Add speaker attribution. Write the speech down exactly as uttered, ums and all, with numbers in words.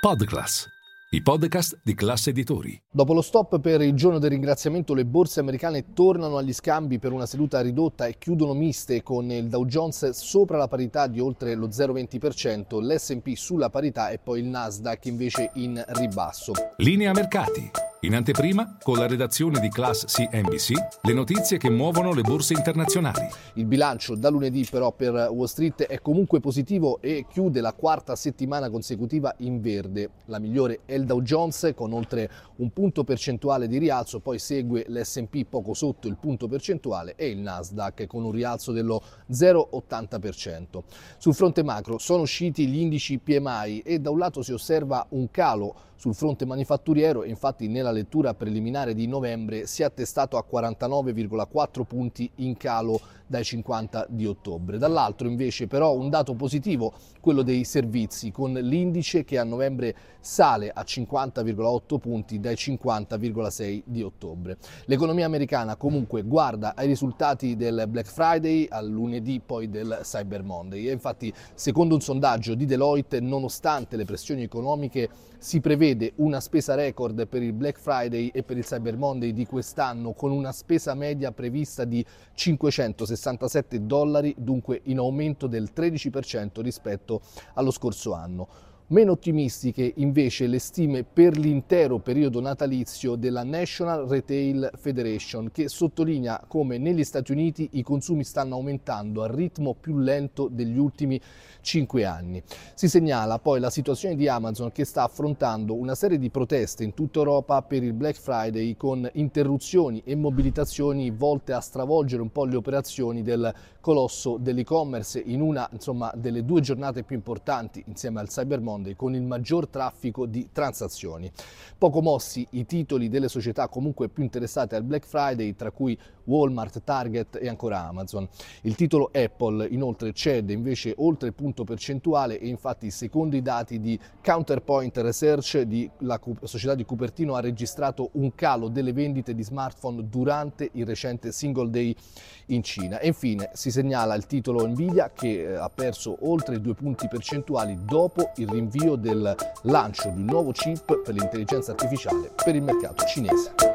Speaker 1: Podclass, i podcast di Class Editori.
Speaker 2: Dopo lo stop per il giorno del ringraziamento, le borse americane tornano agli scambi per una seduta ridotta e chiudono miste, con il Dow Jones sopra la parità di oltre lo zero virgola venti per cento, l'S and P sulla parità e poi il Nasdaq invece in ribasso.
Speaker 1: Linea mercati. In anteprima, con la redazione di Class C N B C, le notizie che muovono le borse internazionali.
Speaker 2: Il bilancio da lunedì però per Wall Street è comunque positivo e chiude la quarta settimana consecutiva in verde. La migliore è il Dow Jones con oltre un punto percentuale di rialzo, poi segue l'S and P poco sotto il punto percentuale e il Nasdaq con un rialzo dello zero virgola ottanta per cento. Sul fronte macro sono usciti gli indici P M I e da un lato si osserva un calo sul fronte manifatturiero e infatti nella lettura preliminare di novembre si è attestato a quarantanove virgola quattro punti in calo dai cinquanta di ottobre. Dall'altro invece però un dato positivo, quello dei servizi, con l'indice che a novembre sale a cinquanta virgola otto punti dai cinquanta virgola sei di ottobre. L'economia americana comunque guarda ai risultati del Black Friday, al lunedì poi del Cyber Monday e infatti secondo un sondaggio di Deloitte, nonostante le pressioni economiche, si prevede una spesa record per il Black Friday e per il Cyber Monday di quest'anno, con una spesa media prevista di cinquecentosessantasette dollari, dunque in aumento del tredici per cento rispetto allo scorso anno. Meno ottimistiche invece le stime per l'intero periodo natalizio della National Retail Federation, che sottolinea come negli Stati Uniti i consumi stanno aumentando al ritmo più lento degli ultimi cinque anni. Si segnala poi la situazione di Amazon, che sta affrontando una serie di proteste in tutta Europa per il Black Friday, con interruzioni e mobilitazioni volte a stravolgere un po' le operazioni del colosso dell'e-commerce in una, insomma, delle due giornate più importanti insieme al Cyber Monday, con il maggior traffico di transazioni. Poco mossi i titoli delle società comunque più interessate al Black Friday, tra cui Walmart, Target e ancora Amazon. Il titolo Apple inoltre cede invece oltre il punto percentuale e infatti secondo i dati di Counterpoint Research di la società di Cupertino ha registrato un calo delle vendite di smartphone durante il recente Single Day in Cina. E infine si segnala il titolo Nvidia, che ha perso oltre due punti percentuali dopo il rinvio del lancio di un nuovo chip per l'intelligenza artificiale per il mercato cinese.